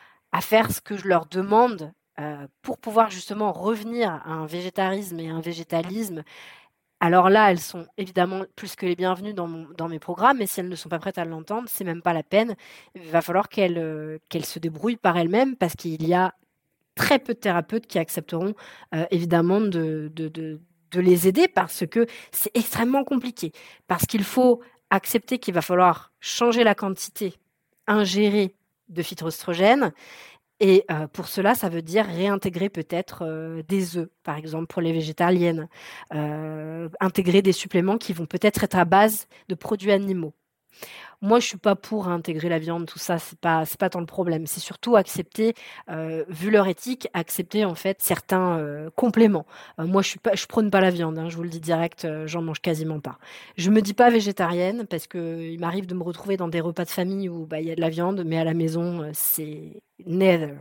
à faire ce que je leur demande euh, pour pouvoir justement revenir à un végétarisme et un végétalisme, alors là, elles sont évidemment plus que les bienvenues dans, mon, dans mes programmes, mais si elles ne sont pas prêtes à l'entendre, c'est même pas la peine. Il va falloir qu'elles, euh, qu'elles se débrouillent par elles-mêmes parce qu'il y a très peu de thérapeutes qui accepteront euh, évidemment de, de, de, de les aider parce que c'est extrêmement compliqué. Parce qu'il faut accepter qu'il va falloir changer la quantité ingérée de phytoestrogènes Et heu, pour cela, ça veut dire réintégrer peut-être, heu, des œufs, par exemple pour les végétaliennes, heu, intégrer des suppléments qui vont peut-être être à base de produits animaux. Moi, je suis pas pour intégrer la viande, tout ça, c'est pas c'est pas tant le problème. C'est surtout accepter, heu, vu leur éthique, accepter en fait certains, heu, compléments. Heu, moi, je suis pas je prône pas la viande, hein, je vous le dis direct, heu, j'en mange quasiment pas. Je me dis pas végétarienne parce qu'il m'arrive de me retrouver dans des repas de famille où, bah, il y a de la viande, mais à la maison, heu, c'est neither.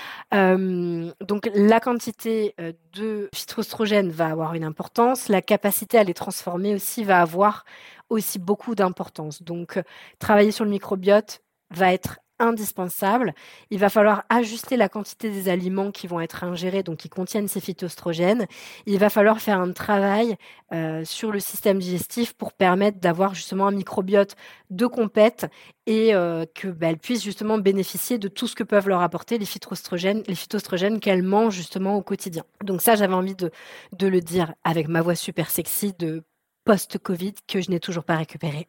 Hem, donc la quantité, heu, de phytoestrogènes va avoir une importance, la capacité à les transformer aussi va avoir aussi beaucoup d'importance. Donc, heu, travailler sur le microbiote va être indispensable. Il va falloir ajuster la quantité des aliments qui vont être ingérés, donc qui contiennent ces phytoestrogènes. Il va falloir faire un travail, heu, sur le système digestif pour permettre d'avoir justement un microbiote de compète et heu, que, bah, elles puissent justement bénéficier de tout ce que peuvent leur apporter les phytoestrogènes les phytoestrogènes qu'elles mangent justement au quotidien. Donc ça, j'avais envie de de le dire avec ma voix super sexy de post-Covid que je n'ai toujours pas récupérée.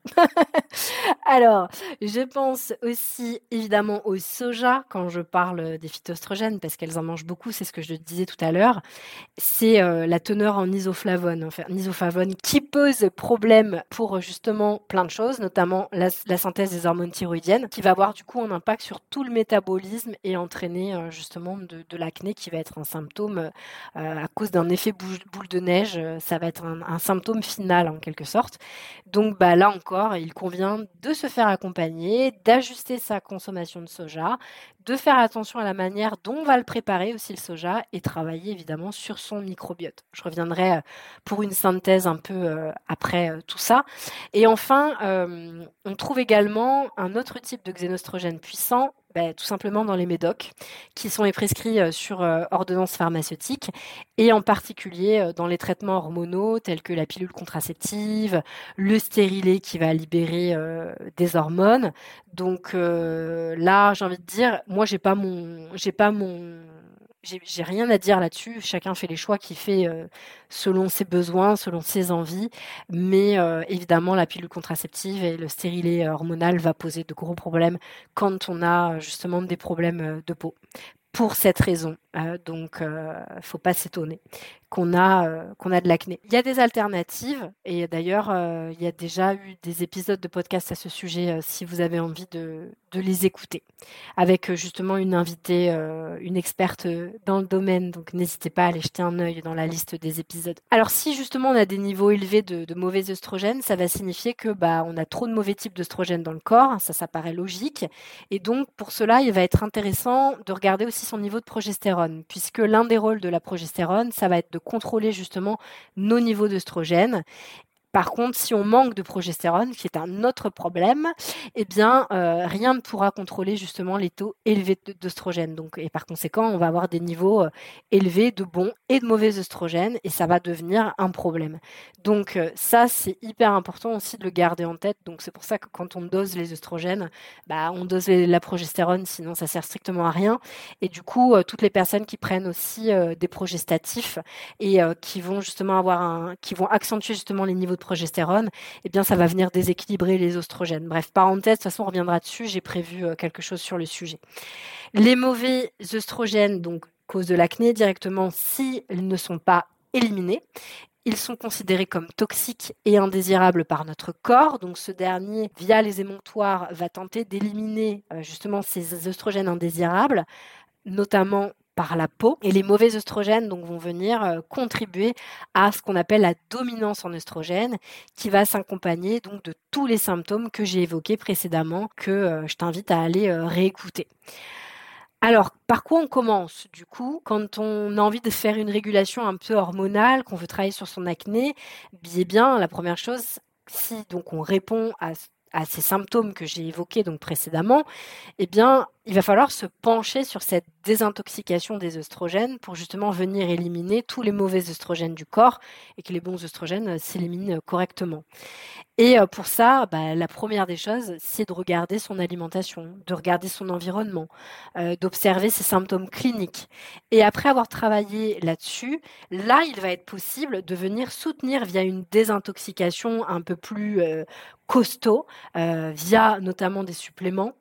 Alors, je pense aussi évidemment au soja quand je parle, des phytoestrogènes parce qu'elles en mangent beaucoup, c'est ce que je disais tout à l'heure. C'est, heu, la teneur en isoflavones, enfin isoflavones qui pose problème pour, heu, justement plein de choses, notamment la la synthèse des hormones thyroïdiennes, qui va avoir du coup un impact sur tout le métabolisme et entraîner, heu, justement de de l'acné qui va être un symptôme, heu, à cause d'un effet bouge boule de neige, heu, ça va être un un symptôme final en quelque sorte. Donc bah, là encore, il convient de se faire accompagner, d'ajuster sa consommation de soja, de faire attention à la manière dont on va le préparer aussi le soja et travailler évidemment sur son microbiote. Je reviendrai, heu, pour une synthèse un peu, heu, après, heu, tout ça et enfin, hem, on trouve également un autre type de xénoestrogène puissant, beh, tout simplement dans les médocs qui sont prescrits, heu, sur, heu, ordonnance pharmaceutique et en particulier, heu, dans les traitements hormonaux tels que la pilule contraceptive, le stérilet qui va libérer, heu, des hormones. Donc heu, là, j'ai envie de dire, moi j'ai pas mon j'ai pas mon j'ai j'ai rien à dire là-dessus. Chacun fait les choix qu'il fait, heu, selon ses besoins, selon ses envies. Mais heu, évidemment, la pilule contraceptive et le stérilet hormonal va poser de gros problèmes quand on a, heu, justement des problèmes, heu, de peau. Pour cette raison, heu, donc heu, faut pas s'étonner qu'on a, heu, qu'on a de l'acné. Il y a des alternatives et d'ailleurs, heu, il y a déjà eu des épisodes de podcast à ce sujet, heu, si vous avez envie de de les écouter. Avec, heu, justement une invitée, heu, une experte, heu, dans le domaine, donc n'hésitez pas à aller jeter un œil dans la liste des épisodes. Alors si justement on a des niveaux élevés de de mauvais œstrogènes, ça va signifier que, bah, on a trop de mauvais types d'œstrogènes dans le corps, ça, ça paraît logique et donc pour cela, il va être intéressant de regarder aussi son niveau de progestérone, puisque l'un des rôles de la progestérone, ça va être de contrôler justement nos niveaux d'œstrogènes. Par contre, si on manque de progestérone, qui est un autre problème, eh bien, heu, rien ne pourra contrôler justement les taux élevés de d'œstrogènes. Donc et par conséquent, on va avoir des niveaux, heu, élevés de bons et de mauvais œstrogènes et ça va devenir un problème. Donc heu, ça, c'est hyper important aussi de le garder en tête. Donc c'est pour ça que quand on dose les œstrogènes, bah, on dose les la progestérone, sinon ça sert strictement à rien et du coup, heu, toutes les personnes qui prennent aussi, heu, des progestatifs et heu, qui vont justement avoir un qui vont accentuer justement les niveaux de progestérone, eh bien ça va venir déséquilibrer les oestrogènes. Bref, parenthèse, de toute façon on reviendra dessus, j'ai prévu, heu, quelque chose sur le sujet. Les mauvais œstrogènes, donc cause de l'acné directement s'ils ne sont pas éliminés. Ils sont considérés comme toxiques et indésirables par notre corps. Donc ce dernier, via les émonctoires, va tenter d'éliminer, heu, justement ces œstrogènes indésirables, notamment par la peau et les mauvais œstrogènes donc vont venir, heu, contribuer à ce qu'on appelle la dominance en œstrogènes qui va s'accompagner donc de tous les symptômes que j'ai évoqués précédemment que, heu, je t'invite à aller, heu, réécouter. Alors, par quoi on commence du coup quand on a envie de faire une régulation un peu hormonale, qu'on veut travailler sur son acné? Eh bien, la première chose, si donc on répond à c à ces symptômes que j'ai évoqués donc précédemment, eh bien, il va falloir se pencher sur cette désintoxication des œstrogènes pour justement venir éliminer tous les mauvais œstrogènes du corps et que les bons œstrogènes, heu, s'éliminent, heu, correctement. Et heu, pour ça, bah, la première des choses, c'est de regarder son alimentation, de regarder son environnement, heu, d'observer ses symptômes cliniques et après avoir travaillé là-dessus, là, il va être possible de venir soutenir via une désintoxication un peu plus, heu, costaud, heu, via notamment des suppléments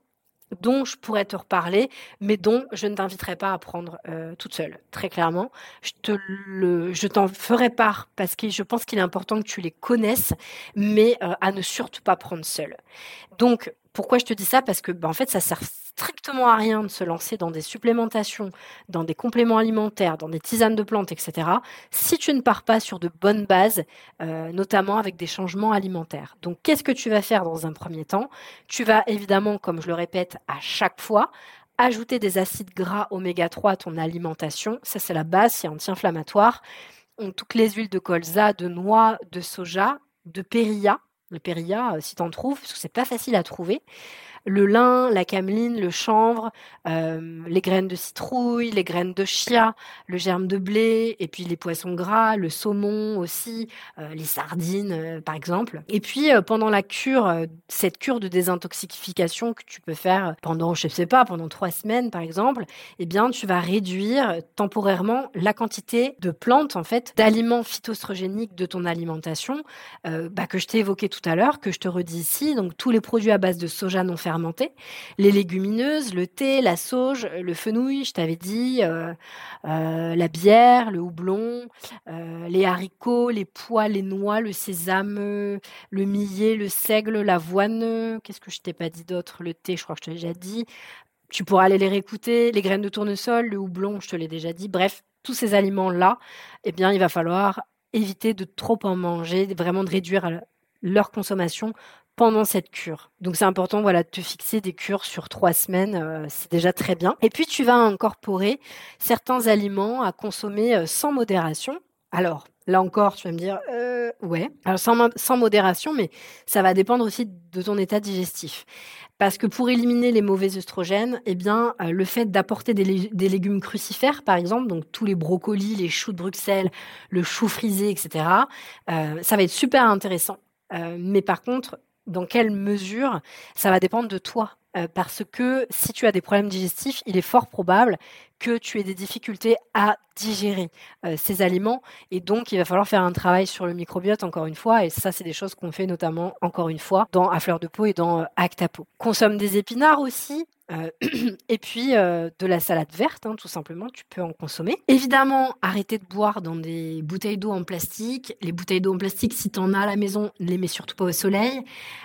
dont je pourrais te reparler, mais dont je ne t'inviterai pas à prendre euh, toute seule, très clairement. Je, te le, je t'en ferai part parce que je pense qu'il est important que tu les connaisses, mais euh, à ne surtout pas prendre seule. Donc, pourquoi je te dis ça? Parce que, bah, en fait, ça sert strictement à rien de se lancer dans des supplémentations, dans des compléments alimentaires, dans des tisanes de plantes, et cetera, si tu ne pars pas sur de bonnes bases, euh, notamment avec des changements alimentaires. Donc, qu'est-ce que tu vas faire dans un premier temps? Tu vas évidemment, comme je le répète à chaque fois, ajouter des acides gras oméga trois à ton alimentation. Ça, c'est la base, c'est anti-inflammatoire. On, toutes les huiles de colza, de noix, de soja, de périlla. Le périlla, euh, si tu en trouves, parce que c'est pas facile à trouver. Le lin, la cameline, le chanvre, euh, les graines de citrouille, les graines de chia, le germe de blé, et puis les poissons gras, le saumon aussi, euh, les sardines euh, par exemple. Et puis euh, pendant la cure, euh, cette cure de désintoxication que tu peux faire pendant, je sais pas, pendant trois semaines par exemple, eh bien tu vas réduire temporairement la quantité de plantes en fait, d'aliments phytoestrogéniques de ton alimentation, euh, bah, que je t'ai évoqué tout à l'heure, que je te redis ici. Donc tous les produits à base de soja non fermenté, les légumineuses, le thé, la sauge, le fenouil, je t'avais dit, euh, euh, la bière, le houblon, euh, les haricots, les pois, les noix, le sésame, euh, le millet, le seigle, l'avoine. Qu'est-ce que je t'ai pas dit d'autre? Le thé, je crois que je t'ai déjà dit. Tu pourras aller les réécouter. Les graines de tournesol, le houblon, je te l'ai déjà dit. Bref, tous ces aliments-là, eh bien, il va falloir éviter de trop en manger, vraiment de réduire leur consommation pendant cette cure. Donc c'est important, voilà, de te fixer des cures sur trois semaines, euh, c'est déjà très bien. Et puis tu vas incorporer certains aliments à consommer euh, sans modération. Alors là encore, tu vas me dire, euh, ouais, alors sans, sans modération, mais ça va dépendre aussi de ton état digestif. Parce que pour éliminer les mauvais œstrogènes, eh bien, euh, le fait d'apporter des, lé- des légumes crucifères, par exemple, donc tous les brocolis, les choux de Bruxelles, le chou frisé, et cetera, euh, ça va être super intéressant. Euh, mais par contre, dans quelle mesure, ça va dépendre de toi. Euh, parce que si tu as des problèmes digestifs, il est fort probable que tu aies des difficultés à digérer euh, ces aliments. Et donc, il va falloir faire un travail sur le microbiote, encore une fois. Et ça, c'est des choses qu'on fait notamment, encore une fois, dans À Fleur de Peau et dans euh, Actapeau. Consomme des épinards aussi. Euh, et puis euh, de la salade verte, hein, tout simplement, tu peux en consommer. Évidemment, arrêtez de boire dans des bouteilles d'eau en plastique. Les bouteilles d'eau en plastique, si tu en as à la maison, ne les mets surtout pas au soleil.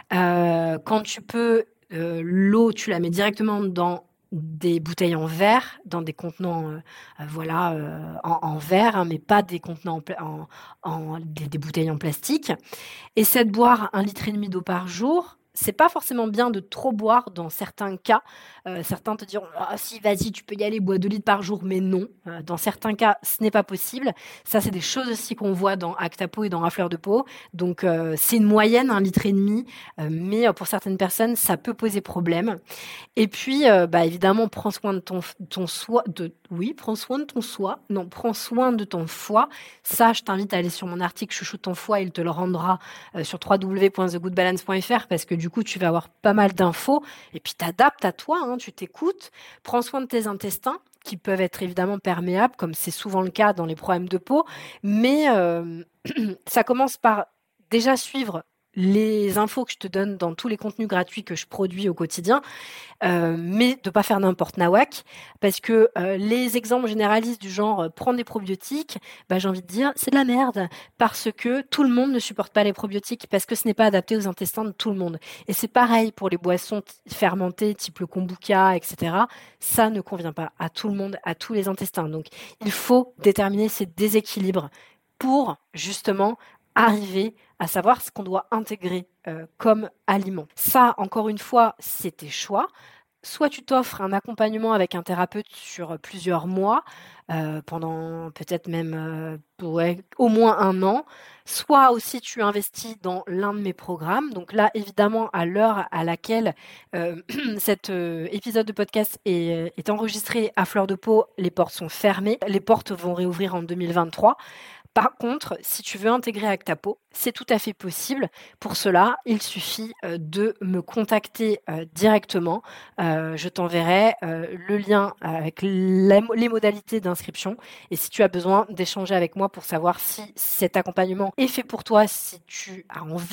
Euh, quand tu peux, euh, l'eau, tu la mets directement dans des bouteilles en verre, dans des contenants, euh, euh, voilà, euh, en, en verre, hein, mais pas des contenants en, en, en des, des bouteilles en plastique. Essaie de boire un litre et demi d'eau par jour. C'est pas forcément bien de trop boire dans certains cas. Euh, certains te diront ah si vas-y tu peux y aller bois deux litres par jour, mais non. Euh, dans certains cas ce n'est pas possible. Ça c'est des choses aussi qu'on voit dans Actapeau et dans À Fleur de Peau. Donc euh, c'est une moyenne un litre et demi, euh, mais euh, pour certaines personnes ça peut poser problème. Et puis euh, bah évidemment prends soin de ton ton soi de oui prends soin de ton soi non prends soin de ton foie. Ça je t'invite à aller sur mon article Chouchoute ton foie, il te le rendra euh, sur w w w point the good balance point f r parce que du coup, tu vas avoir pas mal d'infos et puis t'adaptes à toi, hein, tu t'écoutes, prends soin de tes intestins qui peuvent être évidemment perméables, comme c'est souvent le cas dans les problèmes de peau, mais euh, ça commence par déjà suivre les infos que je te donne dans tous les contenus gratuits que je produis au quotidien, euh, mais de pas faire n'importe nawak, parce que euh, les exemples généralistes du genre euh, prendre des probiotiques, bah, j'ai envie de dire c'est de la merde, parce que tout le monde ne supporte pas les probiotiques, parce que ce n'est pas adapté aux intestins de tout le monde. Et c'est pareil pour les boissons t- fermentées, type le kombucha, et cetera. Ça ne convient pas à tout le monde, à tous les intestins. Donc il faut déterminer ces déséquilibres pour justement arriver à savoir ce qu'on doit intégrer euh, comme aliment. Ça, encore une fois, c'est tes choix. Soit tu t'offres un accompagnement avec un thérapeute sur plusieurs mois, euh, pendant peut-être même euh, ouais, au moins un an, soit aussi tu investis dans l'un de mes programmes. Donc là, évidemment, à l'heure à laquelle euh, cet euh, épisode de podcast est, est enregistré à Fleur de Peau, les portes sont fermées. Les portes vont réouvrir en deux mille vingt-trois. Par contre, si tu veux intégrer Actapeau, c'est tout à fait possible. Pour cela, il suffit euh, de me contacter euh, directement. Euh, je t'enverrai euh, le lien avec la- les modalités d'inscription. Et si tu as besoin d'échanger avec moi pour savoir si cet accompagnement est fait pour toi, si tu as envie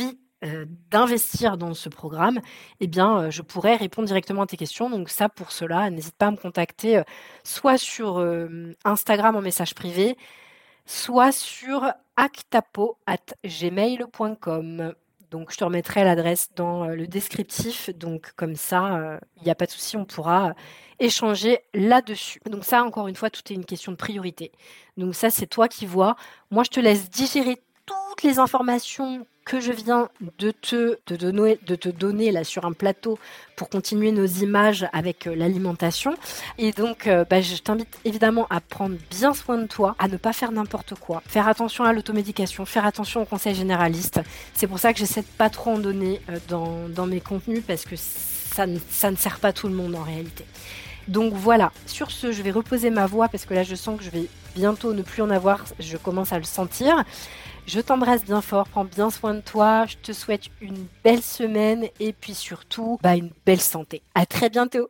heu, d'investir dans ce programme, eh bien, heu, je pourrais répondre directement à tes questions. Donc ça, pour cela, n'hésite pas à me contacter, heu, soit sur, hem, Instagram en message privé, soit sur actapo arobase gmail point com. Donc je te remettrai l'adresse dans, heu, le descriptif, donc comme ça, heu, il y a pas de souci, on pourra échanger là-dessus. Donc ça, encore une fois, tout est une question de priorité. Donc ça, c'est toi qui vois. Moi, je te laisse digérer toutes les informations que je viens de te de donner de te donner là sur un plateau pour continuer nos images avec, heu, l'alimentation. Et donc, heu, bah, je t'invite évidemment à prendre bien soin de toi, à ne pas faire n'importe quoi, faire attention à l'automédication, faire attention aux conseils généralistes. C'est pour ça que j'essaie de pas trop en donner, heu, dans dans mes contenus parce que ça ne ça ne sert pas tout le monde en réalité. Donc voilà, sur ce, je vais reposer ma voix parce que là, je sens que je vais bientôt ne plus en avoir, je commence à le sentir. Je t'embrasse bien fort, prends bien soin de toi, je te souhaite une belle semaine et puis surtout, bah, une belle santé. À très bientôt.